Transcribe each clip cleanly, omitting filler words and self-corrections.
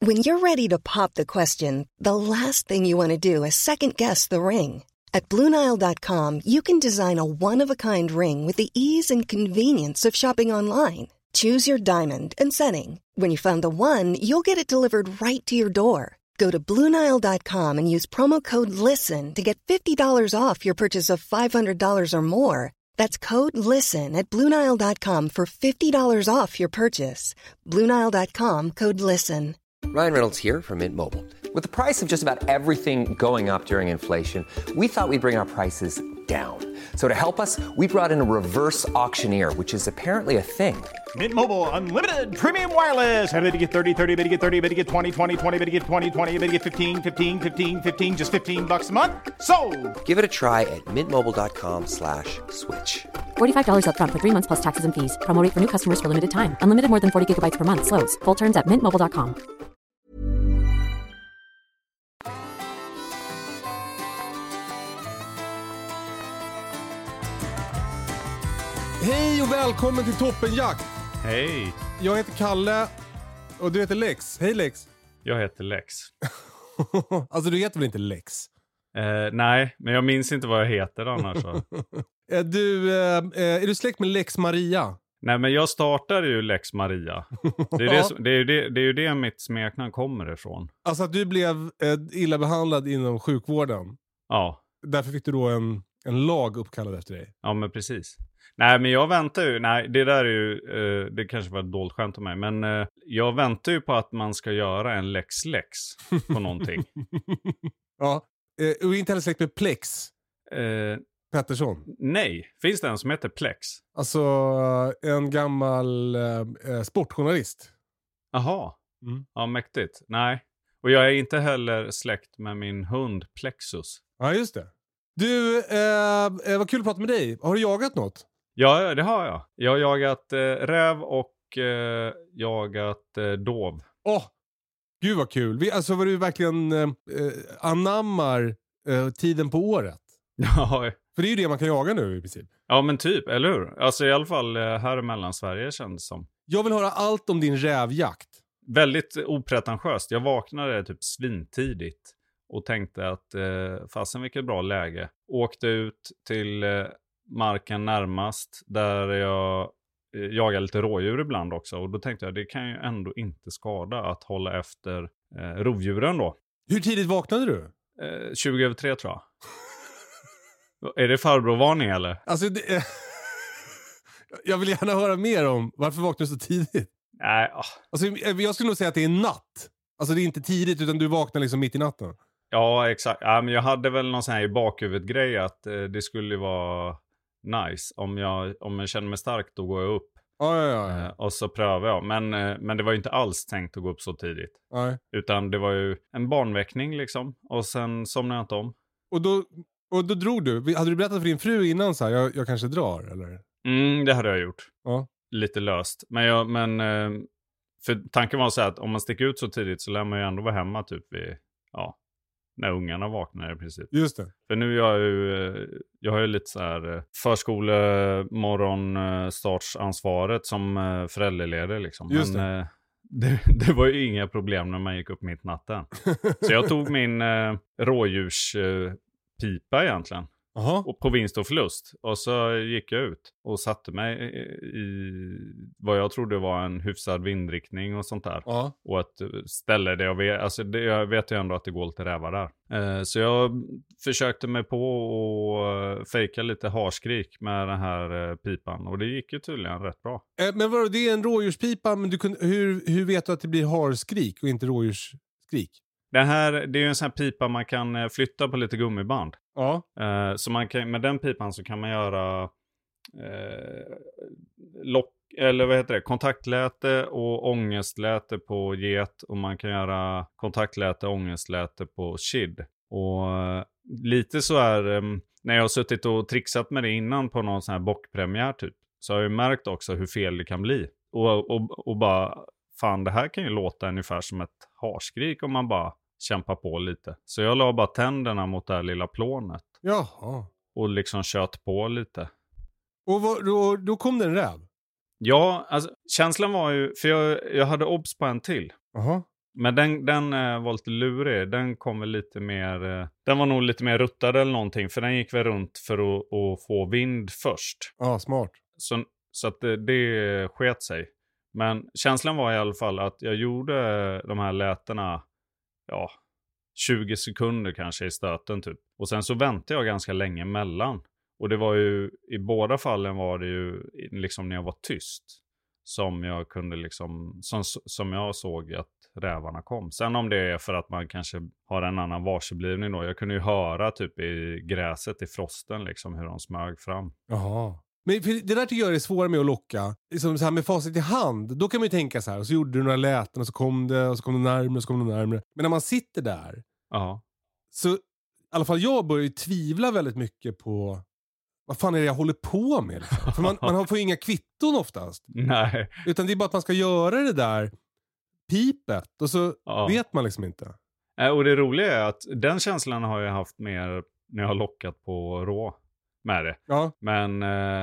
When you're ready to pop the question, the last thing you want to do is second-guess the ring. At BlueNile.com, you can design a one-of-a-kind ring with the ease and convenience of shopping online. Choose your diamond and setting. When you find the one, you'll get it delivered right to your door. Go to BlueNile.com and use promo code LISTEN to get $50 off your purchase of $500 or more. That's code LISTEN at BlueNile.com for $50 off your purchase. BlueNile.com, code LISTEN. Ryan Reynolds here from Mint Mobile. With the price of just about everything going up during inflation, we thought we'd bring our prices down. So to help us, we brought in a reverse auctioneer, which is apparently a thing. Mint Mobile Unlimited Premium Wireless. How to get 30, 30, bit to get 30, bit to get 20, 20, 20, bit to get 20, 20, bit to get 15, 15, 15, 15, just $15 a month? Sold! Give it a try at mintmobile.com/switch. $45 up front for 3 months plus taxes and fees. Promo rate for new customers for limited time. Unlimited more than 40 gigabytes per month. Slows full terms at mintmobile.com. Hej och välkommen till Toppenjakt. Hej. Jag heter Kalle och du heter Lex. Hej Lex. Jag heter Lex. Alltså du heter väl inte Lex? Nej, men jag minns inte vad jag heter annars. Är du släkt med Lex Maria? Nej, men jag startade ju Lex Maria. Det är ju det mitt smeknamn kommer ifrån. Alltså att du blev illa behandlad inom sjukvården. Ja. Därför fick du då en lag uppkallad efter dig. Ja, men precis. Nej, men jag väntar ju. Nej, det där är ju... det kanske var ett dolt skämt om mig. Men jag väntar ju på att man ska göra en Lex på någonting. Ja, och inte heller släkt med Plex. Pettersson. Nej, finns det en som heter Plex? Alltså en gammal sportjournalist. Aha. Ja, mäktigt. Nej. Och jag är inte heller släkt med min hund Plexus. Ja, just det. Du, vad kul att prata med dig. Har du jagat något? Ja, det har jag. Jag har jagat räv och jagat dov. Gud vad kul. Alltså var du verkligen anammar tiden på året. Ja. För det är ju det man kan jaga nu i princip. Ja, men typ, eller hur? Alltså i alla fall här i Mellansverige känns det som. Jag vill höra allt om din rävjakt. Väldigt opretentiöst. Jag vaknade typ svintidigt och tänkte att fasen vilket bra läge. Åkte ut till marken närmast där jag jagar lite rådjur ibland också. Och då tänkte jag det kan ju ändå inte skada att hålla efter rovdjuren då. Hur tidigt vaknade du? 20:03 tror jag. Är det farbrorvarning eller? Alltså jag vill gärna höra mer om varför vaknade du så tidigt. Nej. Alltså jag skulle nog säga att det är natt. Alltså det är inte tidigt utan du vaknar liksom mitt i natten. Ja, exakt. Ja, men jag hade väl någon sån här i bakhuvudet-grej att det skulle vara nice. Om jag känner mig stark då går jag upp. Ja. Och så prövar jag. Men det var ju inte alls tänkt att gå upp så tidigt. Nej. Utan det var ju en barnväckning liksom. Och sen somnade jag inte om. Och då drog du. Hade du berättat för din fru innan så här, jag kanske drar eller? Det hade jag gjort. Ja. Lite löst. Men för tanken var så här att om man sticker ut så tidigt så lär man ju ändå vara hemma typ när ungarna vaknar i princip. Just det. För nu jag har ju lite så här förskolemorgonstartsansvaret som föräldraledig liksom. Just men det var ju inga problem när man gick upp mitt natten. Så jag tog min rådjurspipa egentligen. Aha. Och på vinst och förlust. Och så gick jag ut och satte mig i vad jag trodde var en hyfsad vindriktning och sånt där. Aha. Och ett ställe där jag vet ju ändå att det går lite rävar där. Så jag försökte mig på att fejka lite harskrik med den här pipan. Och det gick ju tydligen rätt bra. Men vadå, det är en rådjurspipa, men hur vet du att det blir harskrik och inte rådjursskrik? Det är ju en sån här pipa man kan flytta på lite gummiband. Ja. Så man kan, med den pipan så kan man göra kontaktläte och ångestläte på get. Och man kan göra kontaktläte och ångestläte på kid. Och lite så är när jag har suttit och trixat med det innan på någon sån här bockpremiär typ. Så har jag märkt också hur fel det kan bli. Och bara, fan det här kan ju låta ungefär som ett harskrik om man bara kämpa på lite. Så jag la bara tänderna mot det här lilla plånet. Jaha. Och liksom kött på lite. Och då kom det en räv? Ja, alltså känslan var ju... För jag hade obs på en till. Aha. Men den var lite lurig. Den kom väl lite mer... den var nog lite mer ruttad eller någonting. För den gick väl runt för att få vind först. Ja, smart. Så att det sket sig. Men känslan var i alla fall att jag gjorde de här lätena 20 sekunder kanske i stöten typ. Och sen så väntade jag ganska länge mellan. Och det var ju, i båda fallen var det ju liksom när jag var tyst. Som jag kunde liksom, som jag såg att rävarna kom. Sen om det är för att man kanske har en annan varseblivning då. Jag kunde ju höra typ i gräset i frosten liksom hur de smög fram. Jaha. Men för det där tycker jag är svårare med att locka. Liksom så här med facit i hand. Då kan man ju tänka så här. Och så gjorde du några läten och så kom det. Och så kom det närmare och så kom det närmare. Men när man sitter där. Ja. Så i alla fall jag börjar ju tvivla väldigt mycket på. Vad fan är det jag håller på med? Liksom? För man får ju inga kvitton oftast. Nej. Utan det är bara att man ska göra det där pipet. Och så vet man liksom inte. Och det roliga är att den känslan har jag haft mer när jag har lockat på rå med det. Ja. Men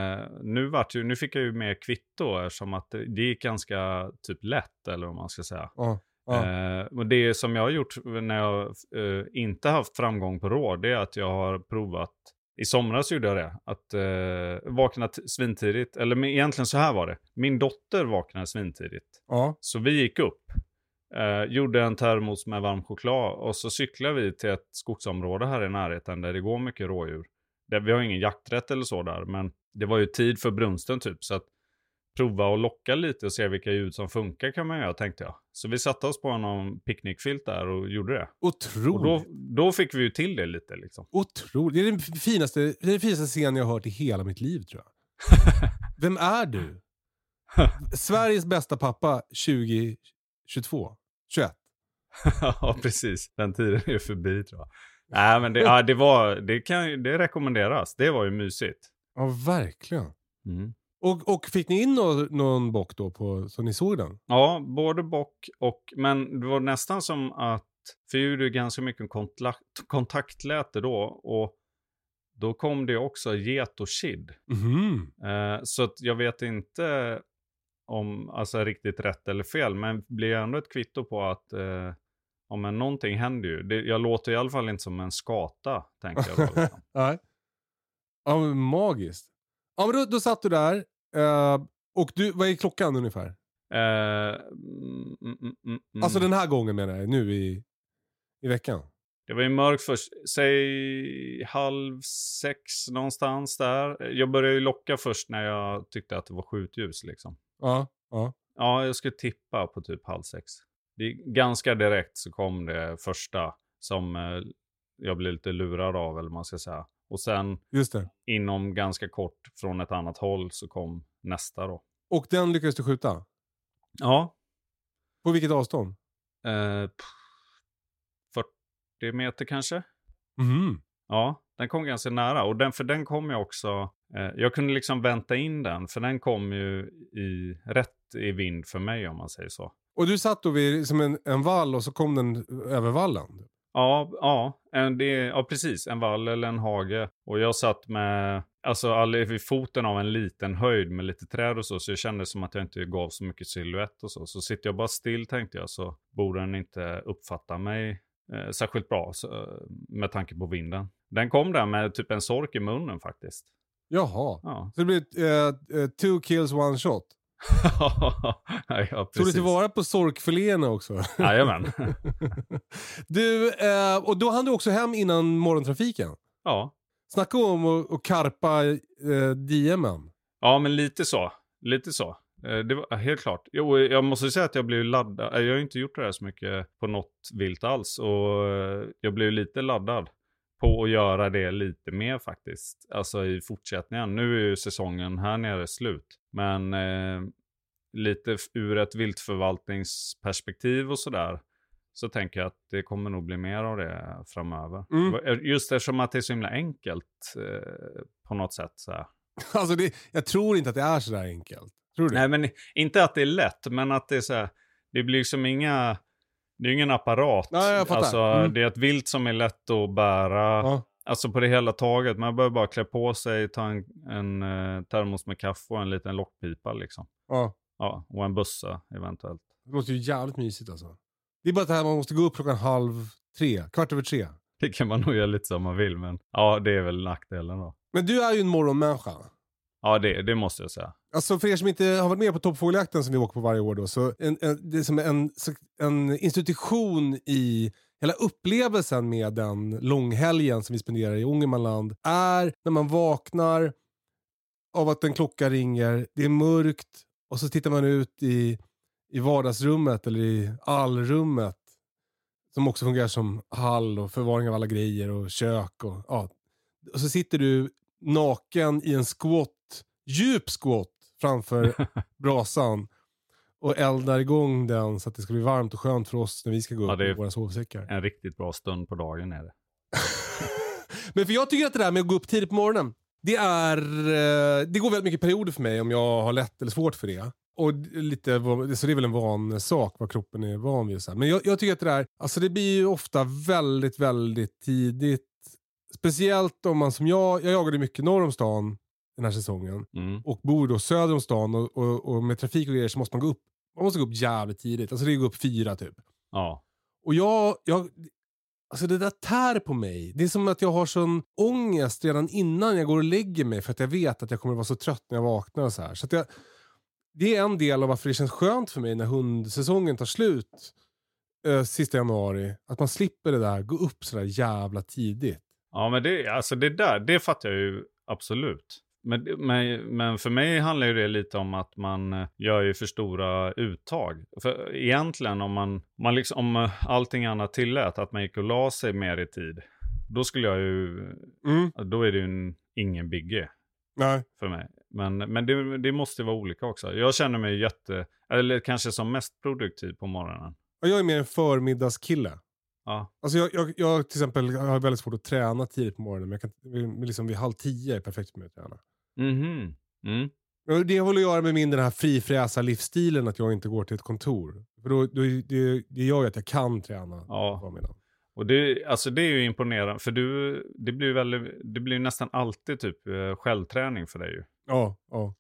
nu fick jag ju mer kvitto eftersom att det gick ganska typ lätt eller vad man ska säga. Ja. Och det som jag har gjort när jag inte haft framgång på rå, det är att jag har provat. I somras gjorde jag det. Att vakna svintidigt. Eller egentligen så här var det. Min dotter vaknade svintidigt. Ja. Så vi gick upp. Gjorde en termos med varm choklad. Och så cyklade vi till ett skogsområde här i närheten. Där det går mycket rådjur. Vi har ingen jakträtt eller så där. Men det var ju tid för brunsten typ. Så att prova och locka lite och se vilka ljud som funkar kan man göra, tänkte jag. Så vi satte oss på någon picknickfilt där och gjorde det. Otroligt. Och då fick vi ju till det lite liksom. Otroligt. Det är den finaste scenen jag har hört i hela mitt liv, tror jag. Vem är du? Sveriges bästa pappa 2022. 21. Ja, precis. Den tiden är förbi, tror jag. Nej, men det rekommenderas. Det var ju mysigt. Ja, verkligen. Mm. Och fick ni in någon bock då så ni såg den? Ja, både bock men det var nästan som att, för jag gjorde ganska mycket kontaktläte då, och då kom det också get och kid. Mm. Så att jag vet inte om alltså riktigt rätt eller fel, men blir ändå ett kvitto på att men någonting händer ju. Jag låter i alla fall inte som en skata, tänker jag då. Nej. Ja, men magiskt. Ja, men då satt du där. Och vad är klockan ungefär? Alltså den här gången menar jag, nu i veckan. Det var ju mörkt först, säg 5:30 någonstans där. Jag började ju locka först när jag tyckte att det var skjutljus liksom. Ja. Ja, jag skulle tippa på typ 5:30. Det är ganska direkt så kom det första som jag blev lite lurad av, eller man ska säga. Och sen just det. Inom ganska kort från ett annat håll så kom nästa då. Och den lyckades du skjuta? Ja. På vilket avstånd? 40 meter kanske. Mm. Ja, den kom ganska nära. Och den kom ju också... jag kunde liksom vänta in den. För den kom ju rätt i vind för mig, om man säger så. Och du satt då vid som en vall och så kom den över vallen? Ja, precis. En vall eller en hage. Och jag satt med, alltså vid foten av en liten höjd med lite träd och så jag kände som att jag inte gav så mycket silhuett och så. Så sitter jag bara still, tänkte jag, så borde den inte uppfatta mig särskilt bra med tanke på vinden. Den kom där med typ en sork i munnen faktiskt. Jaha, ja. Så det blir 2 kills 1 shot. Ja, tog du tillvara på sorkfiléerna också? Jajamän. Du, och då hann du också hem innan morgontrafiken? Ja. Snacka om att karpa DMen. Ja, men lite så. Det var helt klart. Jo, jag måste säga att jag blev laddad. Jag har inte gjort det här så mycket på något vilt alls. Och jag blev lite laddad på att göra det lite mer faktiskt. Alltså i fortsättningen. Nu är ju säsongen här nere slut. Men lite ur ett viltförvaltningsperspektiv och sådär. Så tänker jag att det kommer nog bli mer av det framöver. Just eftersom att det är så himla enkelt på något sätt. Så här. Alltså jag tror inte att det är så där enkelt. Tror du? Nej, men inte att det är lätt. Men att det är så här, det blir liksom det är ingen apparat. Nej, jag fattar. Alltså, det är ett vilt som är lätt att bära. Ja. Alltså på det hela taget. Man behöver bara klä på sig, ta en termos med kaffe och en liten lockpipa liksom. Ja. Ja, och en bussa eventuellt. Det låter ju jävligt mysigt alltså. Det är bara det här man måste gå upp 2:30, 2:15. Det kan man nog göra lite som man vill, men ja, det är väl nackdelen då. Men du är ju en morgonmänniska. Ja, det måste jag säga. Alltså för er som inte har varit med på toppfågeljakten som vi åker på varje år då, så det är som en institution i hela upplevelsen med den långhelgen som vi spenderar i Ångermanland är när man vaknar av att en klocka ringer, det är mörkt och så tittar man ut i vardagsrummet eller i allrummet som också fungerar som hall och förvaring av alla grejer och kök och ja. Och så sitter du naken i en djup squat framför brasan och eldar igång den så att det ska bli varmt och skönt för oss när vi ska gå upp i våra sovsäckar. En riktigt bra stund på dagen är det. Men för jag tycker att det där med att gå upp tidigt på morgonen, det går väldigt mycket perioder för mig om jag har lätt eller svårt för det. Och lite, så det är väl en van sak vad kroppen är van vid. Så här. Men jag tycker att det där, alltså det blir ju ofta väldigt, väldigt tidigt. Speciellt om man som jag jagade mycket norr om stan den här säsongen. Och bor då söder om stan och med trafik och grejer så måste man gå upp. Man måste gå upp jävligt tidigt. Alltså det går upp 4 typ. Ja. Och alltså det där tär på mig. Det är som att jag har sån ångest redan innan jag går och lägger mig. För att jag vet att jag kommer att vara så trött när jag vaknar och så här. Så att det är en del av varför det känns skönt för mig när hundsäsongen tar slut sista januari. Att man slipper det där, gå upp så där jävla tidigt. Ja, men det fattar jag ju absolut. Men för mig handlar ju det lite om att man gör ju för stora uttag. För egentligen om allting annat tillät att man gick och la sig mer i tid, då skulle jag ju, då är det ju ingen bigge. Nej. För mig. Men det måste vara olika också. Jag känner mig eller kanske som mest produktiv på morgonen. Och jag är mer en förmiddagskille. Ja. Alltså jag till exempel har väldigt svårt att träna tidigt på morgonen. Men jag kan liksom vid 9:30 är perfekt för mig att träna. Det håller att göra med den här frifräsa livsstilen att jag inte går till ett kontor. För då det gör ju att jag kan träna på förmiddagen. Och det är ju imponerande. För det blir nästan alltid typ självträning för dig ju. Ja.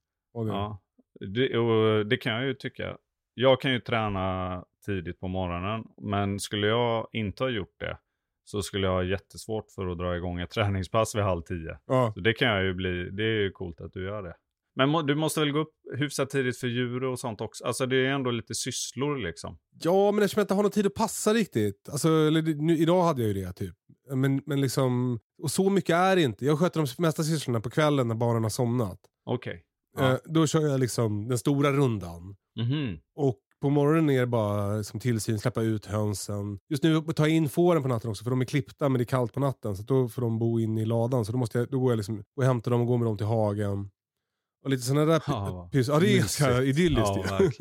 Det kan jag ju tycka. Jag kan ju träna tidigt på morgonen. Men skulle jag inte ha gjort det, så skulle jag ha jättesvårt för att dra igång ett träningspass vid 9:30. Ja. Så det kan jag ju bli. Det är ju coolt att du gör det. Men du måste väl gå upp hyfsat tidigt för djur och sånt också. Alltså det är ändå lite sysslor liksom. Ja, men eftersom jag inte har någon tid att passa riktigt. Alltså, idag hade jag ju det typ. Men liksom, och så mycket är det inte. Jag sköter de mesta sysslorna på kvällen när barnen har somnat. Okej. Ja. Då kör jag liksom den stora rundan. Och på morgonen är det bara som tillsyn, släppa ut hönsen. Just nu tar jag in fåren på natten också, för de är klippta men det är kallt på natten. Så då får de bo in i ladan. Så då går jag liksom och hämtar dem och går med dem till hagen. Och lite sådana där ja, det är ganska idylliskt.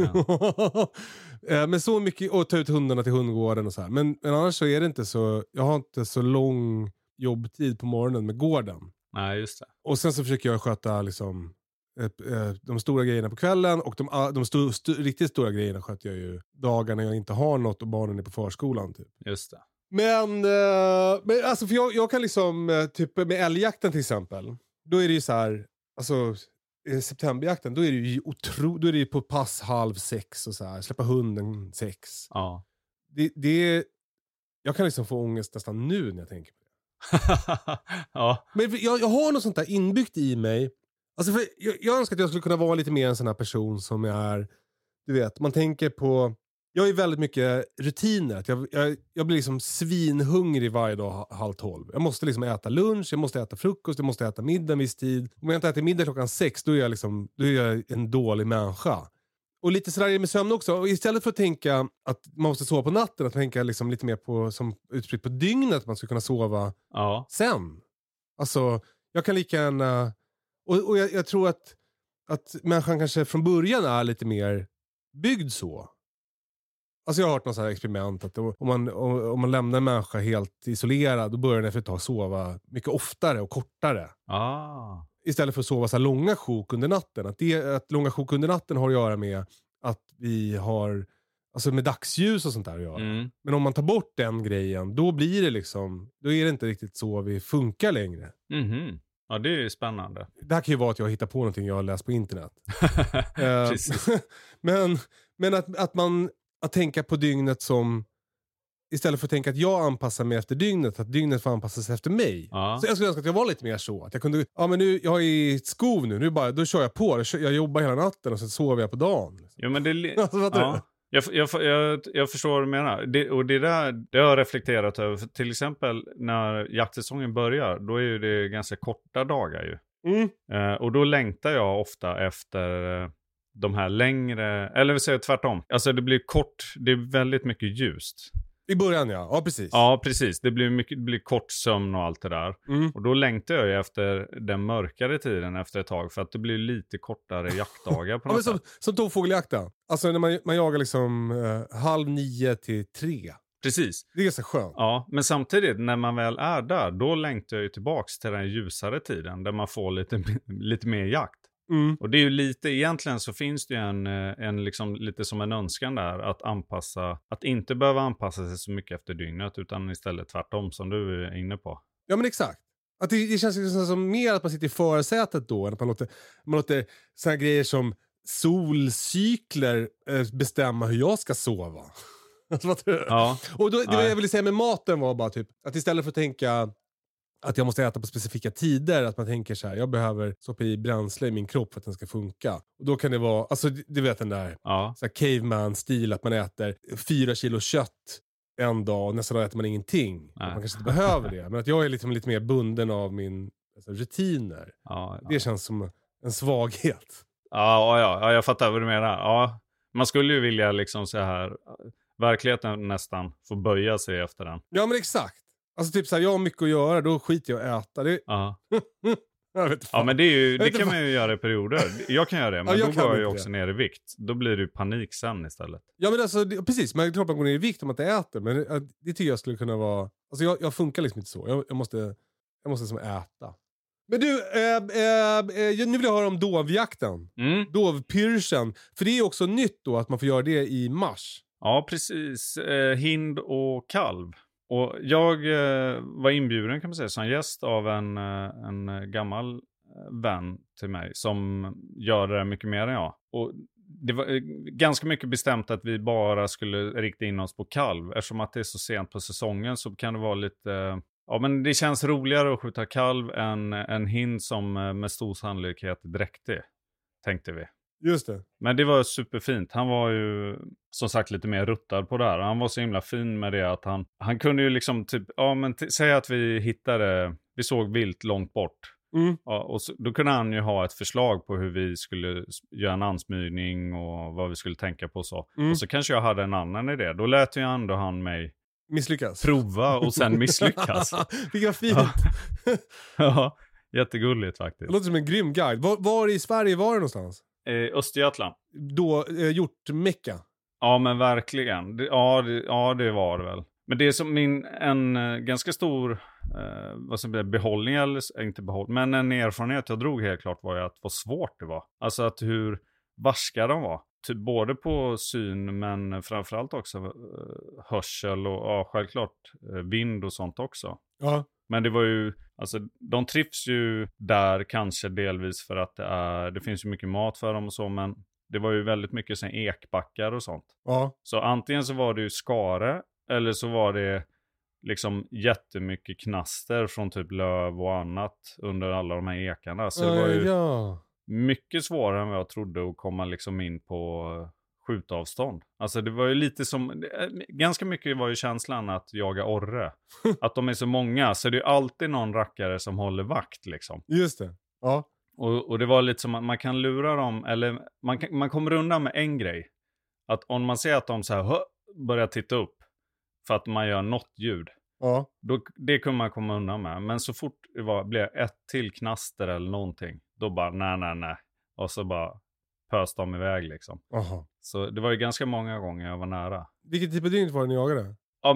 Ja, men så mycket, och ta ut hundarna till hundgården och så här. Men annars så är det inte så, jag har inte så lång jobbtid på morgonen med gården. Nej, just det. Och sen så försöker jag sköta liksom de stora grejerna på kvällen, och de riktigt stora grejerna sköter jag ju dagarna jag inte har något och barnen är på förskolan typ. Just det. Men alltså för jag kan liksom typ med älgjakten till exempel, då är det ju så här, alltså septemberjakten, då är det ju då är det ju på pass 5:30 och så här, släppa hunden 6. Ja. Jag kan liksom få ångest nästan nu när jag tänker på det. Ja. Men jag har något sånt där inbyggt i mig. Alltså för jag önskar att jag skulle kunna vara lite mer en sån här person som är, du vet, man tänker på, jag är väldigt mycket rutiner. Att jag blir liksom svinhungrig varje dag 11:30. Jag måste liksom äta lunch, jag måste äta frukost, jag måste äta middag en viss tid. Om jag inte äter middag 6:00, då är jag en dålig människa. Och lite sådär är det med sömn också. Och istället för att tänka att man måste sova på natten, att tänka liksom lite mer på som utspritt på dygnet, att man ska kunna sova sen. Alltså, jag kan lika gärna, och jag tror att människan kanske från början är lite mer byggd så. Alltså jag har hört något sånt här experiment att om man lämnar en människa helt isolerad, då börjar den efter ett tag sova mycket oftare och kortare. Istället för att sova så här långa sjok under natten. Att långa sjok under natten har att göra med att vi har, alltså med dagsljus och sånt där att göra. Men om man tar bort den grejen, då blir det liksom, då är det inte riktigt så vi funkar längre. Ja, det är ju spännande. Det här kan ju vara att jag hittar på någonting jag har läst på internet. Men att tänka på dygnet som istället för att tänka att jag anpassar mig efter dygnet, att dygnet får anpassa sig efter mig. Ja. Så jag skulle önska att jag var lite mer så. Att jag kunde, men nu, jag är i skov nu då kör jag på. Jag jobbar hela natten och så sover jag på dagen. Jo, men det... Alltså, ja. Jag förstår vad du menar. Det har jag reflekterat över. För till exempel när jaktsäsongen börjar, då är ju det ganska korta dagar ju. Och då längtar jag ofta efter de här längre, eller vill säga tvärtom. Alltså det blir kort, det är väldigt mycket ljust. I början ja precis. Ja precis, det blir kort sömn och allt det där. Och då längtar jag ju efter den mörkare tiden efter ett tag. För att det blir lite kortare jaktdagar på något sätt. Som tågfågeljakten. Alltså när man jagar liksom 8:30 till 3. Precis. Det är ganska skönt. Ja, men samtidigt när man väl är där, då längtar jag ju tillbaks till den ljusare tiden. Där man får lite mer jakt. Och det är ju lite, egentligen så finns det ju en liksom lite som en önskan där att inte behöva anpassa sig så mycket efter dygnet utan istället tvärtom som du är inne på. Ja men exakt. Att det känns liksom som mer att man sitter i förarsätet då än att man låter såna här grejer som solcykler bestämma hur jag ska sova. Alltså, vad tror du? Ja. Och då, det jag ville säga med maten var bara typ att istället för att tänka att jag måste äta på specifika tider, att man tänker så här, jag behöver stoppa i bränsle i min kropp för att den ska funka. Och då kan det vara, alltså du vet den där, så här caveman-stil, att man äter 4 kilo kött en dag och nästa dag äter man ingenting. Man kanske inte behöver det, men att jag är liksom lite mer bunden av min rutiner. Det känns som en svaghet. Ja, jag fattar vad du menar. Ja, man skulle ju vilja liksom så här, verkligheten nästan får böja sig efter den. Ja men exakt. Alltså typ såhär, jag har mycket att göra, då skiter jag att äta. Ja men det kan man ju göra i perioder. Jag kan göra det, men då går jag ju också ner i vikt. Då blir det ju panik sen istället. Ja men alltså, precis, man tror att man går ner i vikt om man inte äter. Men det tycker jag skulle kunna vara, alltså jag funkar liksom inte så. Jag måste som äta. Men du, nu vill jag höra om dovjakten. Dovpyrschen. För det är ju också nytt då att man får göra det i mars. Ja precis, hind och kalv. Och jag var inbjuden kan man säga som gäst av en gammal vän till mig som gör det mycket mer än jag. Och det var ganska mycket bestämt att vi bara skulle rikta in oss på kalv. Eftersom att det är så sent på säsongen så kan det vara lite... Ja men det känns roligare att skjuta kalv än en hind som med stor sannolikhet är dräktig, tänkte vi. Just det. Men det var superfint. Han var ju som sagt lite mer ruttad på det här. Han var så himla fin med det att han kunde ju liksom typ, säga att vi såg vilt långt bort. Ja, och då kunde han ju ha ett förslag på hur vi skulle göra en ansmygning och vad vi skulle tänka på så. Och så kanske jag hade en annan idé. Då lät ju ändå han mig misslyckas. Prova och sen misslyckas. Vilka fint. Ja, jättegulligt faktiskt. Det låter som en grym guide. Var i Sverige var det någonstans? Östergötland. Då hjortmecka. Ja men verkligen. Ja det var det väl. Men det är som en ganska stor behållning, eller inte behållning, men en erfarenhet jag drog helt klart var ju att vad svårt det var. Alltså att hur varska de var. Typ både på syn men framförallt också hörsel och självklart vind och sånt också. Ja. Men det var ju, alltså de trivs ju där kanske delvis för att det finns ju mycket mat för dem och så, men det var ju väldigt mycket sen ekbackar och sånt. Ja. Så antingen så var det ju skare eller så var det liksom jättemycket knaster från typ löv och annat under alla de här ekarna. Så det var ju mycket svårare än vad jag trodde att komma liksom in på skjutavstånd. Alltså det var ju lite som, ganska mycket var ju känslan att jaga orre. Att de är så många, så det är ju alltid någon rackare som håller vakt liksom. Just det, ja. Och det var lite som att man kan lura dem, eller man kommer undan med en grej. Att om man ser att de så här börjar titta upp för att man gör något ljud. Ja. Det kunde man komma undan med. Men så fort det blev ett till knaster eller någonting, då bara nej. Och så bara pös de iväg liksom. Aha. Så det var ju ganska många gånger jag var nära. Vilket typ av dygn var det ni jagade?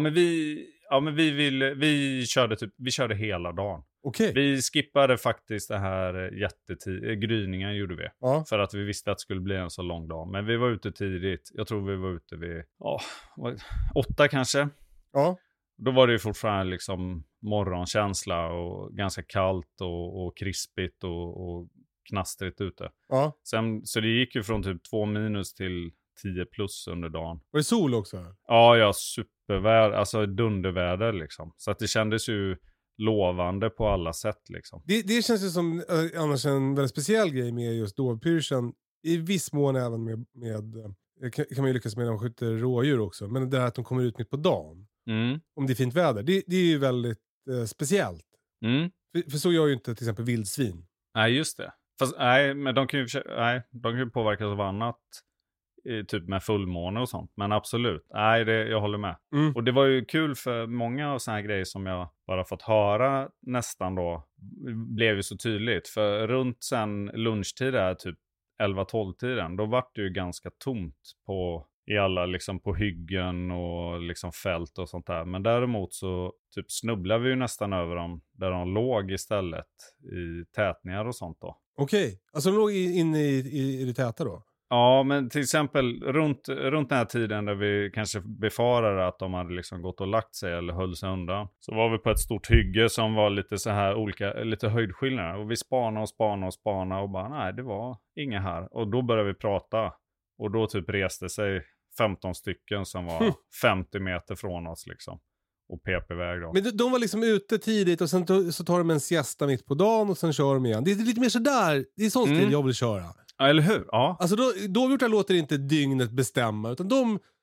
Vi körde hela dagen. Okay. Vi skippade faktiskt det här gryningen gjorde vi. Ja. För att vi visste att det skulle bli en så lång dag. Men vi var ute tidigt. Jag tror vi var ute vid 8 kanske. Ja. Då var det ju fortfarande liksom morgonkänsla och ganska kallt och krispigt och knastrigt ute. Ja. Sen, så det gick ju från typ 2 minus till 10 plus under dagen. Var det sol också? Ja, superväder, alltså dunderväder liksom. Så att det kändes ju lovande på alla sätt liksom. Det känns ju som annars en väldigt speciell grej med just dovpyrschen. I viss mån även med kan man ju lyckas med när de skjuter rådjur också. Men det här att de kommer ut mitt på dagen. Om det är fint väder. Det är ju väldigt speciellt. För så gör ju inte till exempel vildsvin. Nej, just det. Fast, nej, men de kan ju påverkas av annat. Typ med fullmåne och sånt. Men absolut, jag håller med. Och det var ju kul för många av såna här grejer som jag bara fått höra nästan då. Blev ju så tydligt. För runt sen lunchtid där, typ 11-12-tiden. Då var det ju ganska tomt i alla liksom på hyggen och liksom fält och sånt där. Men däremot så typ snubblade vi ju nästan över dem där de låg istället i tätningar och sånt då. Okej, alltså de låg inne i det täta då? Ja, men till exempel runt den här tiden där vi kanske befarade att de hade liksom gått och lagt sig eller höll sig undan. Så var vi på ett stort hygge som var lite så här lite höjdskillnader. Och vi spanade och bara nej, det var inga här. Och då började vi prata. Och då typ reste sig 15 stycken som var 50 meter från oss liksom. Och PP-väg då. Men de var liksom ute tidigt och sen så tar de en siesta mitt på dagen och sen kör de igen. Det är lite mer sådär, det är sån stil jag vill köra. Ja, eller hur? Ja. Alltså då låter inte dygnet bestämma, utan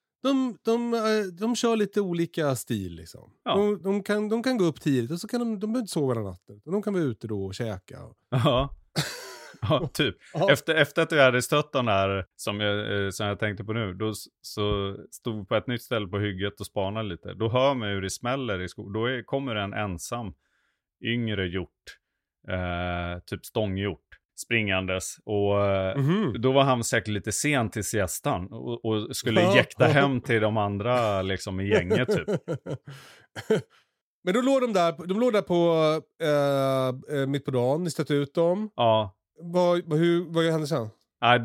de kör lite olika stil liksom. Ja. De kan gå upp tidigt och så kan de behöver inte sova hela natten. De kan vara ute då och käka. Ja. Ja, typ. Ja. Efter att vi hade stött den där som jag tänkte på nu, då så stod vi på ett nytt ställe på hygget och spanade lite. Då hör man hur det smäller i skogen. Då kommer en ensam yngre hjort, typ stånghjort, springandes. Och då var han säkert lite sent till siestan och skulle jäkta hem till de andra liksom i gänget typ. Men då låg de låg där på mitt på dagen, ni stötte ut dem. Ja. Vad hände sen? Nej,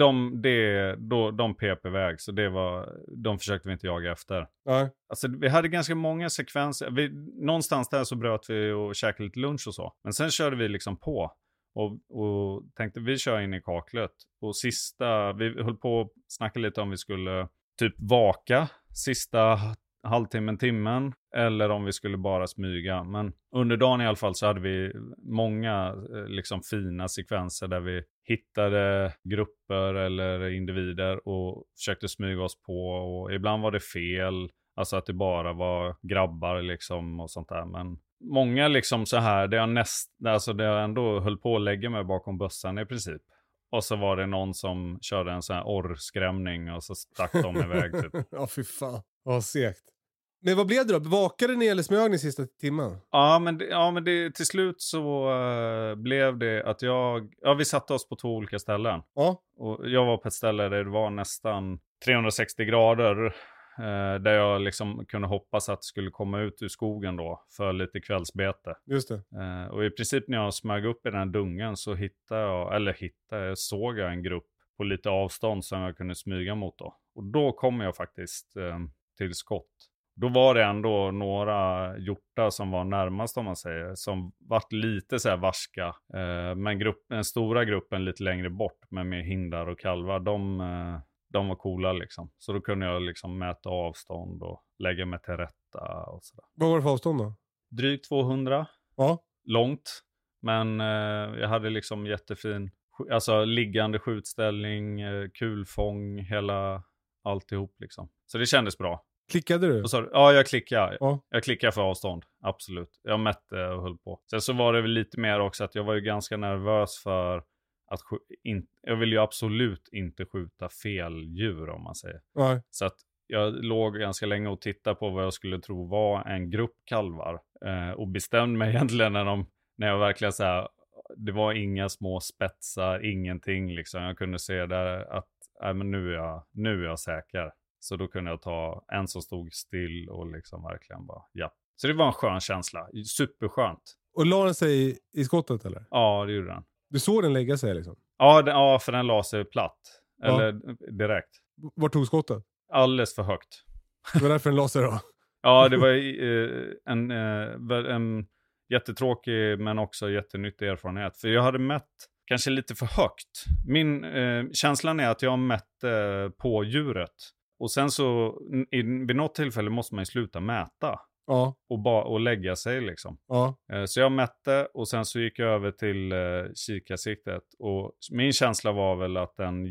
de pep iväg, så de försökte vi inte jaga efter. Nej. Alltså vi hade ganska många sekvenser. Någonstans där så bröt vi och käkade lite lunch och så. Men sen körde vi liksom på och tänkte vi kör in i kaklet. Och vi höll på att snacka lite om vi skulle typ vaka sista timmen eller om vi skulle bara smyga. Men under dagen i alla fall så hade vi många liksom fina sekvenser där vi hittade grupper eller individer och försökte smyga oss på, och ibland var det fel, alltså att det bara var grabbar liksom och sånt där. Men många liksom så här, det jag ändå höll på att lägga mig bakom bössan i princip. Och så var det någon som körde en sån här orrskrämning och så stack de iväg typ. Ja, fy fan. Vad segt. Men vad blev det då? Vakade ni eller smög ni sista timmen? Ja, men till slut så blev det att vi satte oss på 2 olika ställen. Ja. Och jag var på ett ställe där det var nästan 360 grader. Där jag liksom kunde hoppas att det skulle komma ut ur skogen då för lite kvällsbete. Just det. Och i princip när jag smög upp i den här dungen så såg jag en grupp på lite avstånd som jag kunde smyga mot då. Och då kom jag faktiskt till skott. Då var det ändå några hjortar som var närmast, om man säger, som vart lite så här varska. Men den stora gruppen lite längre bort med hindar och kalvar, de var coola liksom. Så då kunde jag liksom mäta avstånd och lägga mig till rätta och sådär. Vad var det för avstånd då? Drygt 200. Ja. Långt. Men jag hade liksom jättefin, alltså liggande skjutställning, kulfång, alltihop liksom. Så det kändes bra. Klickade du? Ja, jag klickade. Ja. Jag klickade för avstånd, absolut. Jag mätte och höll på. Sen så var det väl lite mer också att jag var ju ganska nervös för att jag vill ju absolut inte skjuta fel djur, om man säger. Nej. Så att jag låg ganska länge och tittade på vad jag skulle tro var en grupp kalvar. Och bestämde mig egentligen när jag verkligen så här, det var inga små spetsar, ingenting liksom. Jag kunde se där att men nu är jag säker. Så då kunde jag ta en som stod still och liksom verkligen bara, ja. Så det var en skön känsla. Superskönt. Och la den sig i skottet eller? Ja, det gjorde den. Du såg den lägga sig liksom? Ja, för den la sig platt. Eller direkt. Var tog skottet? Alldeles för högt. Det var därför den la sig då? Ja, det var en jättetråkig men också jättenyttig erfarenhet. För jag hade mätt kanske lite för högt. Min känslan är att jag mätte på djuret. Och sen så vid något tillfälle måste man ju sluta mäta. Ja. Och lägga sig liksom. Ja. Så jag mätte och sen så gick jag över till kikarsiktet. Och min känsla var väl att den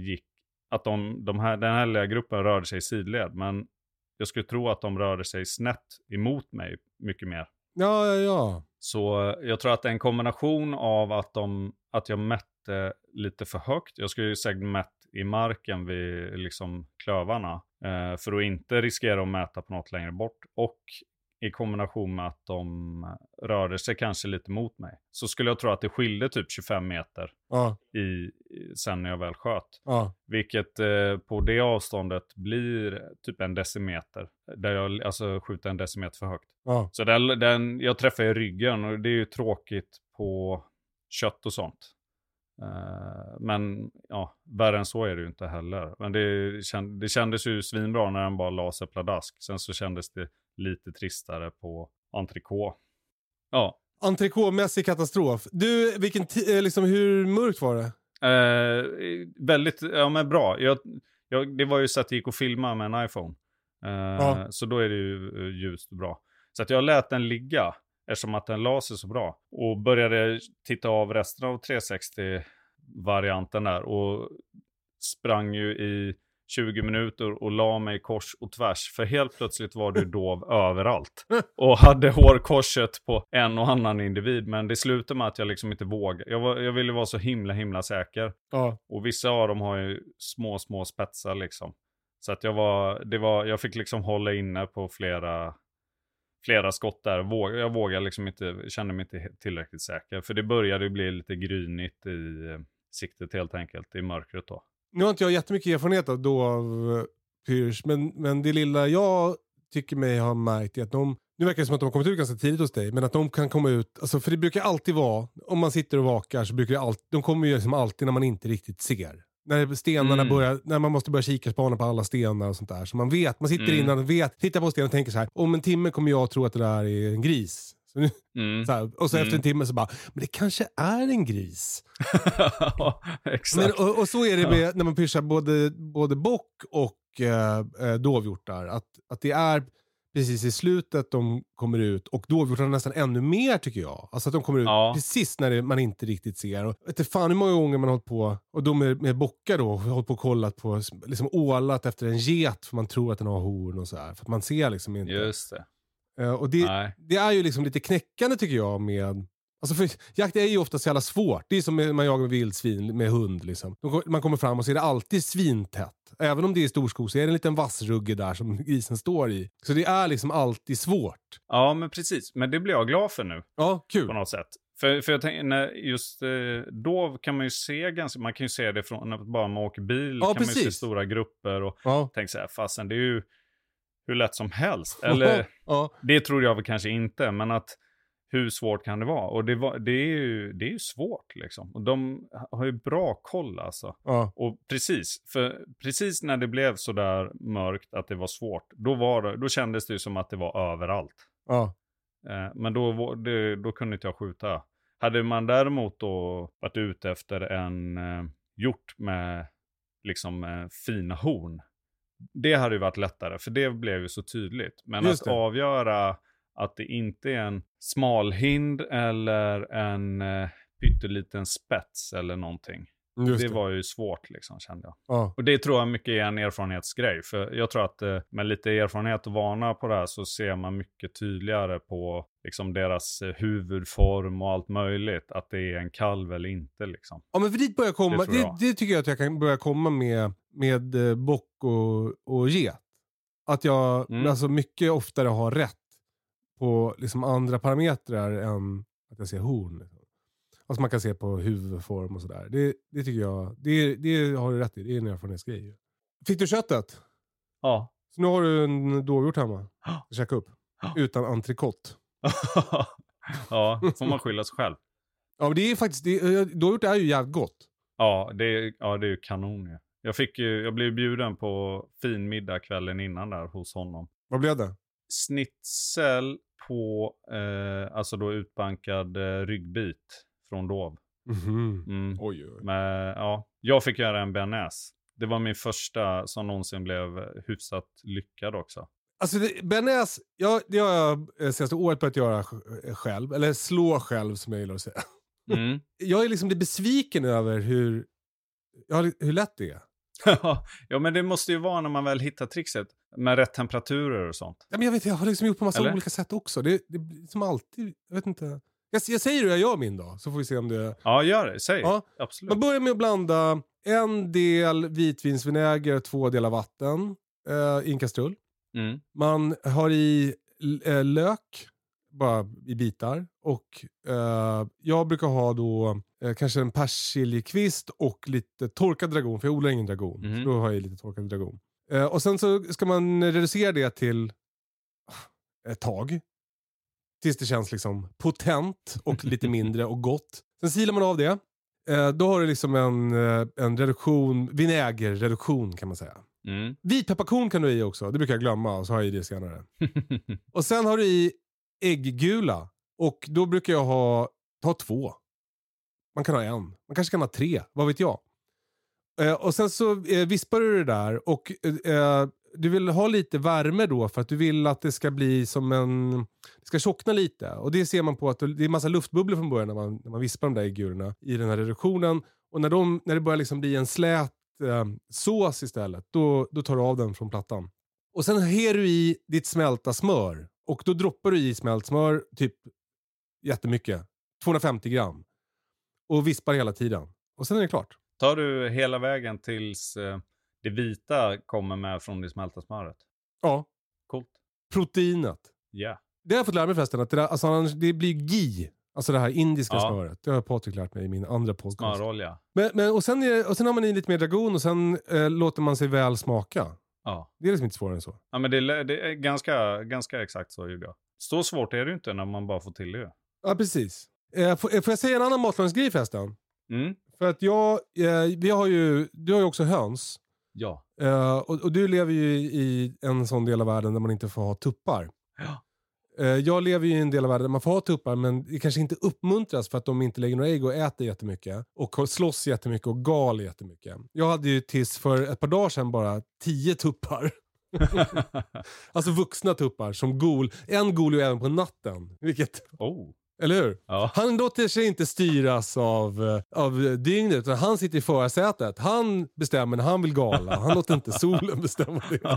här lilla gruppen rörde sig i sidled. Men jag skulle tro att de rörde sig snett emot mig mycket mer. Ja. Så jag tror att det är en kombination av att jag mätte lite för högt. Jag skulle ju säkert mätt i marken vid liksom klövarna. För att inte riskera att mäta på något längre bort. Och i kombination med att de rörde sig kanske lite mot mig. Så skulle jag tro att det skilde typ 25 meter sen när jag väl sköt. Ja. Vilket på det avståndet blir typ en decimeter. Där jag alltså skjuter en decimeter för högt. Ja. Så jag träffar i ryggen och det är ju tråkigt på kött och sånt. Men ja, värre än så är det ju inte heller. Men det kändes ju svinbra när den bara la sig pladask. Sen så kändes det lite tristare på entrecote. Ja. Entrecote-mässig katastrof. Du, hur mörkt var det? Väldigt, men bra. Det var ju så att det gick att filma med en iPhone. Så då är det ju ljust och bra. Så att jag lät den ligga. Eftersom att den la sig så bra. Och började titta av resten av 360-varianten där. Och sprang ju i 20 minuter och la mig kors och tvärs. För helt plötsligt var det dov överallt. Och hade hårkorset på en och annan individ. Men det slutade med att jag liksom inte vågade. Jag ville vara så himla säker. Ja. Och vissa av dem har ju små spetsar liksom. Så att jag fick liksom hålla inne på flera skott där. Jag vågade liksom inte, kände mig inte tillräckligt säker. För det började bli lite grynigt i siktet helt enkelt, i mörkret då. Nu har inte jag jättemycket erfarenhet av Pyrsch, men det lilla jag tycker mig ha märkt är att nu verkar det som att de har kommit ut ganska tidigt hos dig, men att de kan komma ut, alltså för det brukar alltid vara, om man sitter och vakar så brukar de kommer ju liksom alltid när man inte riktigt ser. När stenarna börjar, när man måste börja kika spana på alla stenar och sånt där. Så man sitter innan och tittar på stenen och tänker så här, om en timme kommer jag tro att det där är en gris. Så nu, så här, och så efter en timme så bara, men det kanske är en gris. Exakt. Men, och så är det när man pyschar både bock och dovhjortar. Att det är precis i slutet de kommer ut. Och dovhjortar nästan ännu mer tycker jag. Alltså att de kommer ut precis när man inte riktigt ser. Och vet du fan hur många gånger man har hållit på, och då med bockar då, har hållit på och kollat på, liksom ålat efter en get för man tror att den har horn och så här. För att man ser liksom inte. Just det. Och det är ju liksom lite knäckande tycker jag med... Alltså för jakt är ju ofta så jävla svårt. Det är som man jagar med vildsvin med hund liksom. Man kommer fram och så är det alltid svintätt. Även om det är storskog så är det en liten vassrugge där som grisen står i. Så det är liksom alltid svårt. Ja, men precis. Men det blir jag glad för nu. Ja, kul. På något sätt. För jag tänker, just då kan man ju se man kan ju se det från när man åker bil. Ja, kan precis. man ju se stora grupper och tänka så här, fastän det är ju hur lätt som helst. Eller det tror jag väl kanske inte, men att hur svårt kan det vara? Och det är ju svårt liksom. Och de har ju bra koll alltså. Ja. Och precis när det blev så där mörkt att det var svårt, då kändes det ju som att det var överallt. Ja. Men då kunde inte jag skjuta. Hade man däremot då varit ute efter en hjort med liksom fina horn, det hade ju varit lättare, för det blev ju så tydligt. Men att avgöra att det inte är en smalhind eller en pytteliten spets eller någonting. Det var ju svårt liksom, kände jag. Ja. Och det tror jag mycket är en erfarenhetsgrej. För jag tror att med lite erfarenhet och vana på det här så ser man mycket tydligare på liksom deras huvudform och allt möjligt. Att det är en kalv eller inte liksom. Ja, men för dit börjar komma. Det tycker jag att jag kan börja komma med bock och get. Att jag alltså mycket oftare har rätt på liksom andra parametrar än att jag ser horn. Liksom. Alltså man kan se på huvudform och sådär. Det tycker jag, det har du rätt i. Det är en erfarenhetsgrej. Fick du köttet? Ja. Så nu har du en dovhjort hemma. Käka upp. Utan entrecote. Ja, får man skylla sig själv. Ja, men det är faktiskt, dovhjort är ju jävligt gott. Ja, det är ju kanon. Ja. Jag blev bjuden på fin middag kvällen innan där hos honom. Vad blev det? Snitsel på alltså då utbankad ryggbit från dov. Oj. Men, ja, jag fick göra en bearnaise. Det var min första som någonsin blev hyfsat lyckad också. Alltså bearnaise, det har jag senaste året börjat göra själv. Eller slå själv som jag gillar att säga. Jag är liksom besviken över hur lätt det är. Ja, men det måste ju vara när man väl hittar trixet. Med rätt temperaturer och sånt. Ja, men jag vet, jag har liksom gjort på massa olika sätt också. Det är som alltid, jag vet inte. Jag säger hur jag gör min då, så får vi se om det... Ja, gör det. Säg. Ja, absolut. Man börjar med att blanda 1 del vitvinsvinäger och 2 delar vatten i en kastrull. Man har i lök, bara i bitar. Och jag brukar ha då kanske en persiljekvist och lite torkad dragon, för jag odlar ingen dragon. Så då har jag lite torkad dragon. Och sen så ska man reducera det till ett tag. Tills det känns liksom potent och lite mindre och gott. Sen silar man av det. Då har du liksom en reduktion, vinägerreduktion kan man säga. Vitpepparkorn kan du i också, det brukar jag glömma och så har jag i det senare. Och sen har du i ägggula. Och då brukar jag ta 2. Man kan ha 1. Man kanske kan ha 3, vad vet jag. Och sen så vispar du det där och du vill ha lite värme då för att du vill att det ska bli som det ska tjockna lite. Och det ser man på att det är en massa luftbubblor från början när man vispar de där äggulorna i den här reduktionen. Och när det börjar liksom bli en slät sås istället, då tar du av den från plattan. Och sen har du i ditt smälta smör. Och då droppar du i smält smör typ jättemycket. 250 gram. Och vispar hela tiden. Och sen är det klart. Tar du hela vägen tills det vita kommer med från det smälta smöret? Ja. Coolt. Proteinet. Ja. Yeah. Det har jag fått lära mig förresten. Att det blir ghee. Alltså det här indiska smöret. Det har Patrik lärt mig i min andra podcast. Smörolja. Och sen har man i lite mer dragon och sen låter man sig väl smaka. Ja. Det är liksom inte svårare än så. Ja, men det är ganska exakt så gjorde jag. Så svårt är det ju inte när man bara får till det. Ja, precis. Får jag säga en annan matlagningsgrej förresten? För att du har ju också höns. Ja. Och du lever ju i en sån del av världen där man inte får ha tuppar. Ja. Jag lever ju i en del av världen där man får ha tuppar, men det kanske inte uppmuntras för att de inte lägger några ägg och äter jättemycket. Och slåss jättemycket och gal jättemycket. Jag hade ju tills för ett par dagar sedan bara 10 tuppar. Alltså vuxna tuppar som gol. En gol ju även på natten. Vilket... Eller hur? Ja. Han låter sig inte styras av dygnet, utan han sitter i förarsätet. Han bestämmer när han vill gala. Han låter inte solen bestämma det.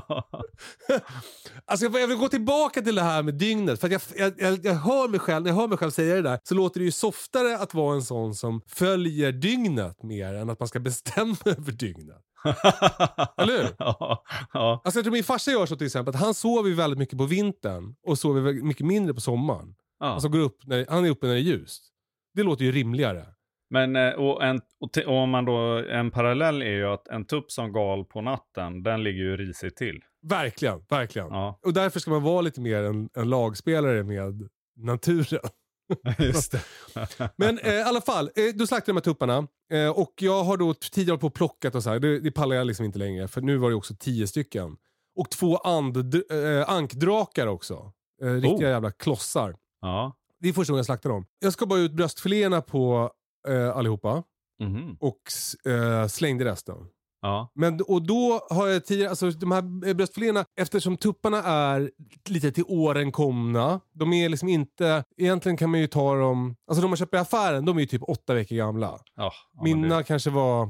Alltså jag vill gå tillbaka till det här med dygnet. För att jag hör mig själv, när jag hör mig själv säga det där, så låter det ju softare att vara en sån som följer dygnet mer än att man ska bestämma över dygnet. Eller hur? Ja. Alltså jag tror min farsa gör så till exempel, att han sover ju väldigt mycket på vintern och sover mycket mindre på sommaren. Alltså går upp han är uppe när det är ljust. Det låter ju rimligare. Men om man då, en parallell är ju att en tupp som gal på natten, den ligger ju risigt till. Verkligen. Ja. Och därför ska man vara lite mer en lagspelare med naturen. Just det. Men i alla fall, då slaktade de här tupparna. Och jag har då tidigare på plockat och så här. Det pallar jag liksom inte längre. För nu var det också 10 stycken. Och 2 ankdrakar också. Riktiga jävla klossar. Ja. Det är första gången jag slaktar dem. Jag ska bara ut bröstfiléerna på allihopa. Och slängde resten. Ja. Och då har jag tidigare, alltså de här bröstfiléerna, eftersom tupparna är lite till åren komna, de är liksom inte, egentligen kan man ju ta dem, alltså de man köper i affären, de är ju typ 8 veckor gamla. Ja, mina kanske var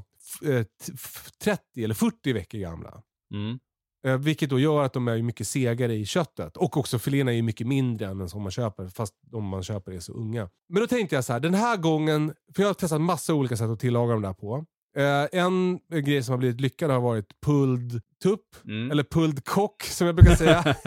30 eller 40 veckor gamla. Vilket då gör att de är mycket segare i köttet. Och också filéerna är ju mycket mindre än som man köper. Fast de man köper är så unga. Men då tänkte jag så här, den här gången, för jag har testat massa olika sätt att tillaga dem där på. En grej som har blivit lyckad har varit pulled tupp. Eller pulled kock som jag brukar säga.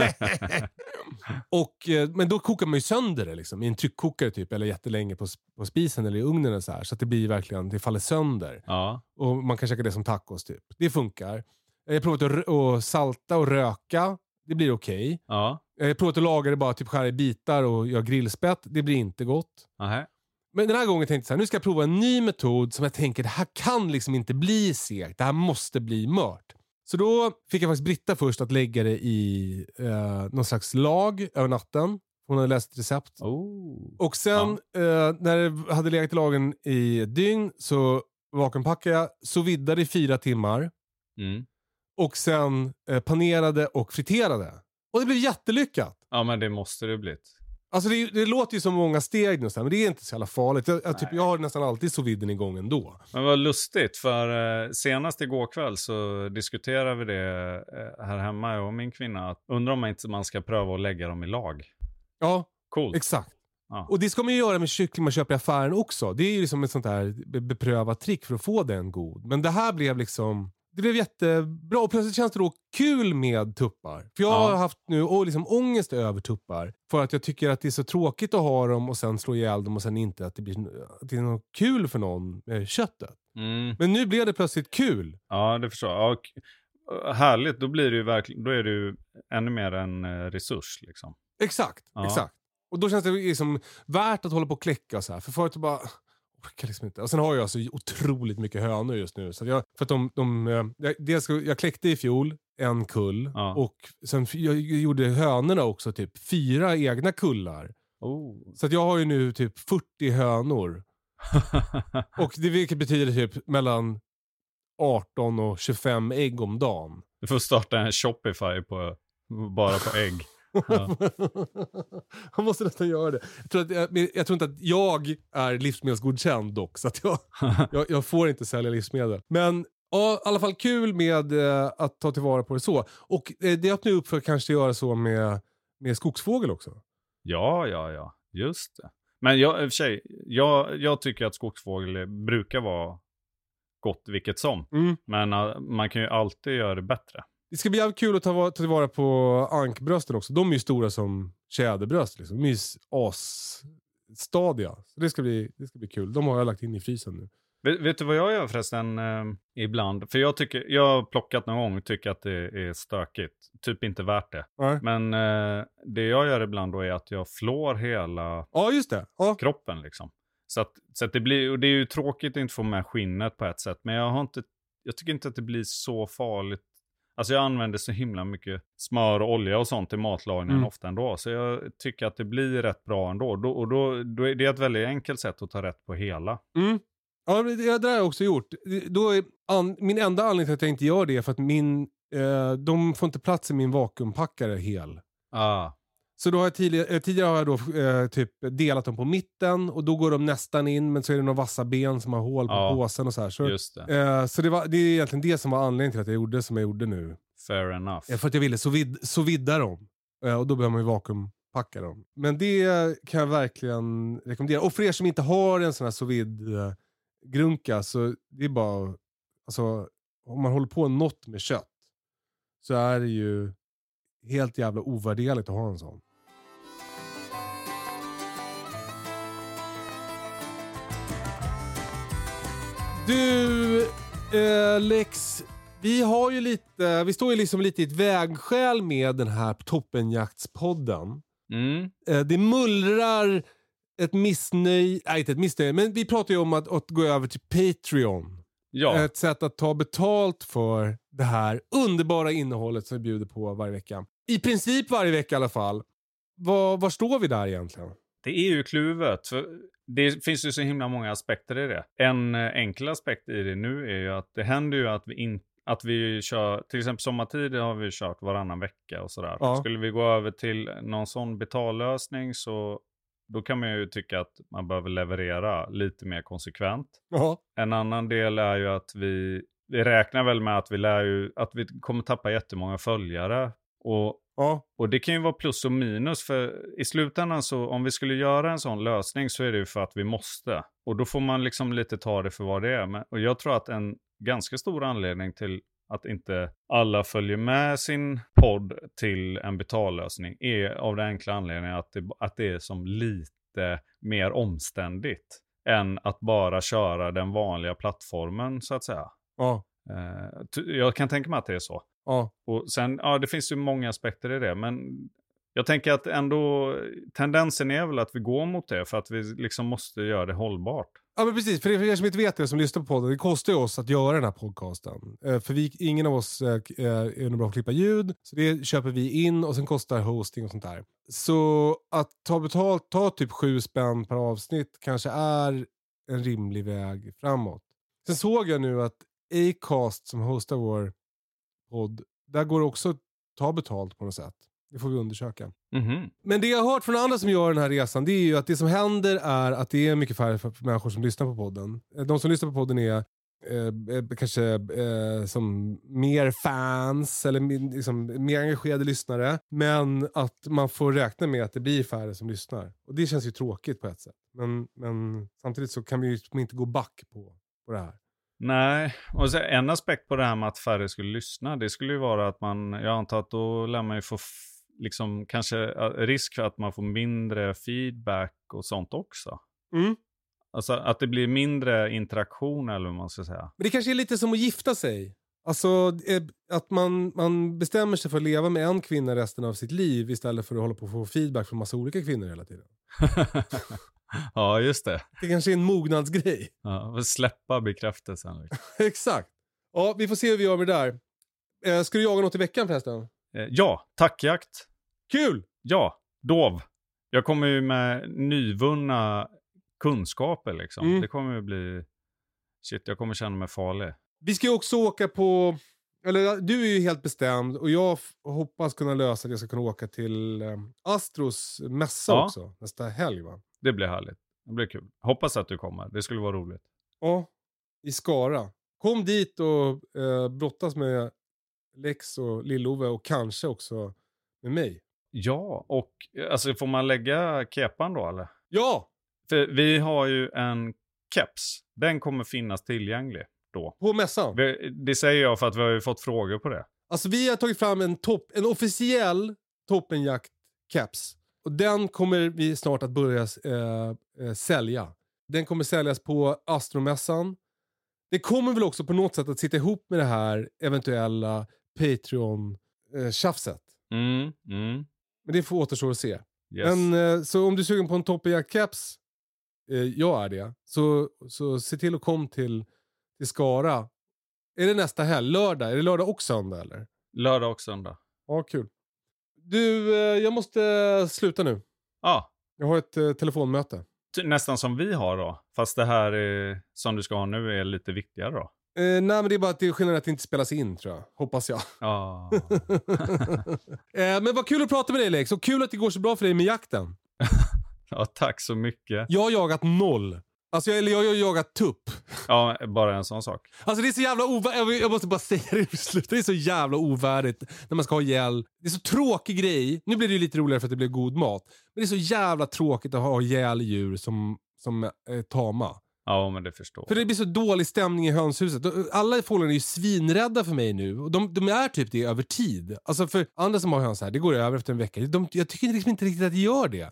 Men då kokar man ju sönder det liksom, i en tryckkokare typ. Eller jättelänge på spisen eller i ugnen och så här. Så att det blir verkligen, det faller sönder. Ja. Och man kan käka det som tacos typ. Det funkar. Jag har provat att salta och röka. Det blir okej. Ja. Jag har provat att laga det bara typ skära i bitar och göra grillspett. Det blir inte gott. Aha. Men den här gången tänkte jag så här, nu ska jag prova en ny metod som jag tänker, det här kan liksom inte bli segt. Det här måste bli mört. Så då fick jag faktiskt Britta först att lägga det i någon slags lag över natten. Hon hade läst ett recept. Och sen när det hade legat i lagen i ett dygn så vakuumpackade jag, så viddade i 4 timmar. Och sen panerade och friterade. Och det blev jättelyckat. Ja, men det måste det bli. Alltså det låter ju som många steg nu, men det är inte så jävla farligt. Jag har nästan alltid sous viden igång ändå. Men vad lustigt, för senast igår kväll så diskuterade vi det här hemma, jag och min kvinna. Undrar om inte man ska pröva att lägga dem i lag. Ja, coolt. Exakt. Ja. Och det ska man ju göra med kyckling man köper i affären också. Det är ju liksom ett sånt här beprövat trick för att få den god. Men det här blev liksom... Det blev jättebra och plötsligt känns det då kul med tuppar. För jag har haft nu liksom ångest över tuppar. För att jag tycker att det är så tråkigt att ha dem och sen slå ihjäl dem och sen inte att det är något kul för någon med köttet. Men nu blev det plötsligt kul. Ja, det förstår jag. Och härligt, då blir det ju verkligen, då är det ju ännu mer en resurs liksom. Exakt. Och då känns det liksom värt att hålla på och kläcka och så här. För förut bara... Liksom inte. Och sen har jag så otroligt mycket hönor just nu. Så jag kläckte i fjol en kull. Och sen jag gjorde hönorna också typ 4 egna kullar. Så att jag har ju nu typ 40 hönor. Och det vilket betyder typ mellan 18 och 25 ägg om dagen. Du får starta en Shopify bara på ägg. Ja. Jag måste nästan göra det. Jag tror inte att jag är livsmedelsgodkänd dock. Så att jag får inte sälja livsmedel. Men ja, i alla fall kul med att ta tillvara på det så. Och det öppnar upp för att kanske göra så med skogsfågel också. Ja. Just det. Men i och för sig, jag tycker att skogsfågel brukar vara gott vilket som. Men man kan ju alltid göra det bättre. Det ska bli jävligt kul att ta tillvara på ankbrösten också. De är ju stora som tjäderbröst. Liksom. De är ju asstadiga. Så det ska bli kul. De har jag lagt in i frysen nu. Vet du vad jag gör förresten ibland? För jag har plockat någon gång och tycker att det är stökigt. Typ inte värt det. Nej. Men det jag gör ibland då är att jag flår hela just det. kroppen liksom. Så att det blir, och det är ju tråkigt att inte få med skinnet på ett sätt. Men jag tycker inte att det blir så farligt. Alltså jag använder så himla mycket smör och olja och sånt i matlagningen ofta ändå. Så jag tycker att det blir rätt bra ändå. Då är det ett väldigt enkelt sätt att ta rätt på hela. Ja, det har jag också gjort. Min enda anledning till att jag inte gör det är för att de får inte plats i min vakuumpackare hel. Så då har jag tidigare har jag då typ delat dem på mitten och då går de nästan in, men så är det några vassa ben som har hål på påsen och så här. Så, just det. Så det är egentligen det som var anledningen till att jag gjorde som jag gjorde nu. Fair enough. För att jag ville så vidda dem. Och då behöver man ju vakuumpacka dem. Men det kan jag verkligen rekommendera. Och för er som inte har en sån här sous vide grunka, så det är bara, alltså om man håller på något med kött så är det ju helt jävla ovärderligt att ha en sån. Du, Lex, vi står ju liksom lite i ett vägskäl med den här Toppenjaktspodden. Det mullrar ett missnöje, nej inte ett missnöje, men vi pratar ju om att gå över till Patreon. Ja. Ett sätt att ta betalt för det här underbara innehållet som vi bjuder på varje vecka. I princip varje vecka i alla fall. Var står vi där egentligen? Det är ju kluvet. För det finns ju så himla många aspekter i det. En enkel aspekt i det nu är ju att det händer ju att vi kör, till exempel sommartid har vi kört varannan vecka och sådär. Ja. Skulle vi gå över till någon sån betallösning så då kan man ju tycka att man behöver leverera lite mer konsekvent. Ja. En annan del är ju att vi räknar väl med att vi kommer tappa jättemånga följare. Och det kan ju vara plus och minus, för i slutändan så om vi skulle göra en sån lösning så är det ju för att vi måste. Och då får man liksom lite ta det för vad det är. Och jag tror att en ganska stor anledning till att inte alla följer med sin podd till en betallösning är av den enkla anledningen att det är som lite mer omständigt än att bara köra den vanliga plattformen så att säga. Ja. Jag kan tänka mig att det är så. Ja. Och sen, det finns ju många aspekter i det, men jag tänker att ändå tendensen är väl att vi går mot det för att vi liksom måste göra det hållbart. Ja, men precis. För er som inte vet det, som lyssnar på podden, det kostar ju oss att göra den här podcasten. För ingen av oss är bra att klippa ljud. Så det köper vi in och sen kostar hosting och sånt där. Så att ta betalt, ta typ 7 spänn per avsnitt kanske är en rimlig väg framåt. Sen såg jag nu att Acast som hostar vår podd, där går det också att ta betalt på något sätt. Det får vi undersöka. Mm-hmm. Men det jag har hört från andra som gör den här resan, det är ju att det som händer är att det är mycket färre människor som lyssnar på podden. De som lyssnar på podden är kanske som mer fans eller liksom, mer engagerade lyssnare. Men att man får räkna med att det blir färre som lyssnar. Och det känns ju tråkigt på ett sätt. Men samtidigt så kan vi ju inte gå back på det här. Nej, och så en aspekt på det här med att färre skulle lyssna, det skulle ju vara att jag antar att då lär man ju få liksom kanske risk för att man får mindre feedback och sånt också. Mm. Alltså att det blir mindre interaktion eller vad man ska säga. Men det kanske är lite som att gifta sig. Alltså att man bestämmer sig för att leva med en kvinna resten av sitt liv istället för att hålla på att få feedback från massa olika kvinnor hela tiden. Ja, just det. Det kanske är en mognadsgrej. Ja, släppa bekräftelsen. Liksom. Exakt. Ja, vi får se hur vi gör med det där. Ska du jaga något i veckan förresten? Ja, tackjakt. Kul! Ja, dov. Jag kommer ju med nyvunna kunskaper liksom. Mm. Det kommer ju bli... Shit, jag kommer känna mig farlig. Vi ska ju också åka på... Eller du är ju helt bestämd och jag hoppas kunna lösa att jag ska kunna åka till Astros mässa också nästa helg, va? Det blir härligt. Det blir kul. Hoppas att du kommer. Det skulle vara roligt. Ja, i Skara. Kom dit och brottas med Lex och Lillove och kanske också med mig. Ja, och alltså får man lägga kepan då eller? Ja! För vi har ju en keps. Den kommer finnas tillgänglig då. På mässan. Det säger jag för att vi har ju fått frågor på det. Alltså vi har tagit fram en officiell toppenjakt-keps. Och den kommer vi snart att börja sälja. Den kommer säljas på Astromässan. Det kommer väl också på något sätt att sitta ihop med det här eventuella Patreon-tjafset. Men det får återstå att se. Yes. Men, så om du är sugen på en toppenjakt-keps, jag är det. Så se till att komma till Skara. Är det nästa helg? Lördag? Är det lördag och söndag eller? Lördag och söndag. Ja, kul. Du, jag måste sluta nu. Ja. Jag har ett telefonmöte. Nästan som vi har då. Fast det här som du ska ha nu är lite viktigare då. Nej, men det är bara att det är skillnad att det inte spelas in, tror jag. Hoppas jag. Ja. Men vad kul att prata med dig, Lex. Och kul att det går så bra för dig med jakten. Ja, tack så mycket. Jag har jagat 0. Alltså jag har jagat tupp. Ja, bara en sån sak. Alltså det är så jävla ovärdigt. Jag måste bara säga det i slutet. Det är så jävla ovärdigt när man ska ha ihjäl. Det är så tråkig grej. Nu blir det ju lite roligare för att det blir god mat. Men det är så jävla tråkigt att ha ihjäl djur som tama. Ja, men det förstår. För det blir så dålig stämning i hönshuset. Alla fåglarna är ju svinrädda för mig nu. Och de är typ det över tid. Alltså för andra som har höns här, det går över efter en vecka. Jag tycker liksom inte riktigt att det gör det.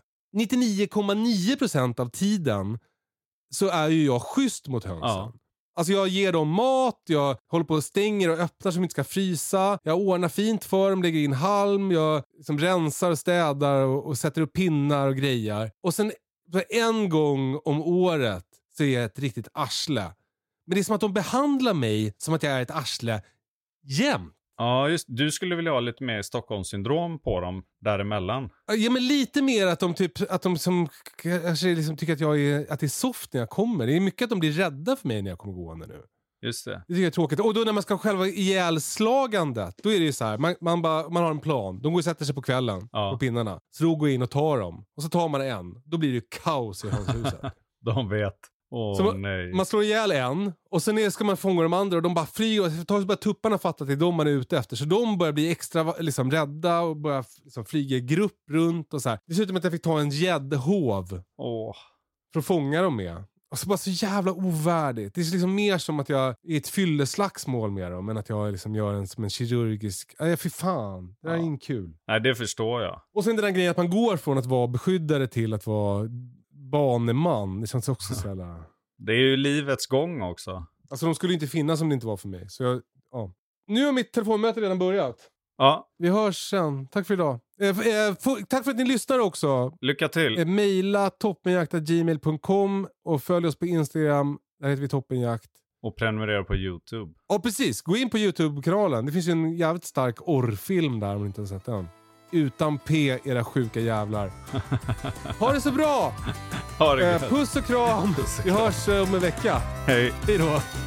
99,9% av tiden så är ju jag schysst mot hönsen. Ja. Alltså jag ger dem mat, jag håller på och stänger och öppnar så de inte ska frysa. Jag ordnar fint för dem, lägger in halm, jag liksom rensar och städar och sätter upp pinnar och grejer. Och sen en gång om året så är jag ett riktigt arsle. Men det är som att de behandlar mig som att jag är ett arsle jämt. Ja, just. Du skulle vilja ha lite mer Stockholmssyndrom på dem däremellan. Ja, men lite mer att de som kanske liksom tycker att det är soft när jag kommer. Det är mycket att de blir rädda för mig när jag kommer gående nu. Just det. Det tycker jag är tråkigt. Och då när man ska själva ihjälslagandet, då är det ju så här. Man har en plan. De går och sätter sig på kvällen på pinnarna. Så då går in och tar dem. Och så tar man en. Då blir det ju kaos i hönshuset. De vet. Nej. Man slår ihjäl en och sen ska man fånga de andra och de bara flyger och så börjar tupparna fatta att det är de man är ute efter, så de börjar bli extra liksom rädda och börjar liksom flyga i grupp runt och så här. Dessutom att jag fick ta en gäddhov för att fånga dem med. Och så bara så jävla ovärdigt. Det är liksom mer som att jag är ett fylleslagsmål med dem än att jag liksom gör en som en kirurgisk... Nej, fy fan. Det är inte kul. Nej, det förstår jag. Och sen den där grejen att man går från att vara beskyddare till att vara baneman. Det känns också så jävla... Det är ju livets gång också. Alltså de skulle inte finnas om det inte var för mig. Så nu har mitt telefonmöte redan börjat. Ja. Vi hörs sen. Tack för idag. Tack för att ni lyssnar också. Lycka till. Maila toppenjakt@gmail.com och följ oss på Instagram. Där heter vi Toppenjakt. Och prenumerera på YouTube. Ja, precis. Gå in på YouTube-kanalen. Det finns ju en jävligt stark orrfilm där om ni inte har sett den. Utan P, era sjuka jävlar. Ha det så bra! Ha det gött. Puss och kram. Vi hörs om en vecka. Hej. Hej då.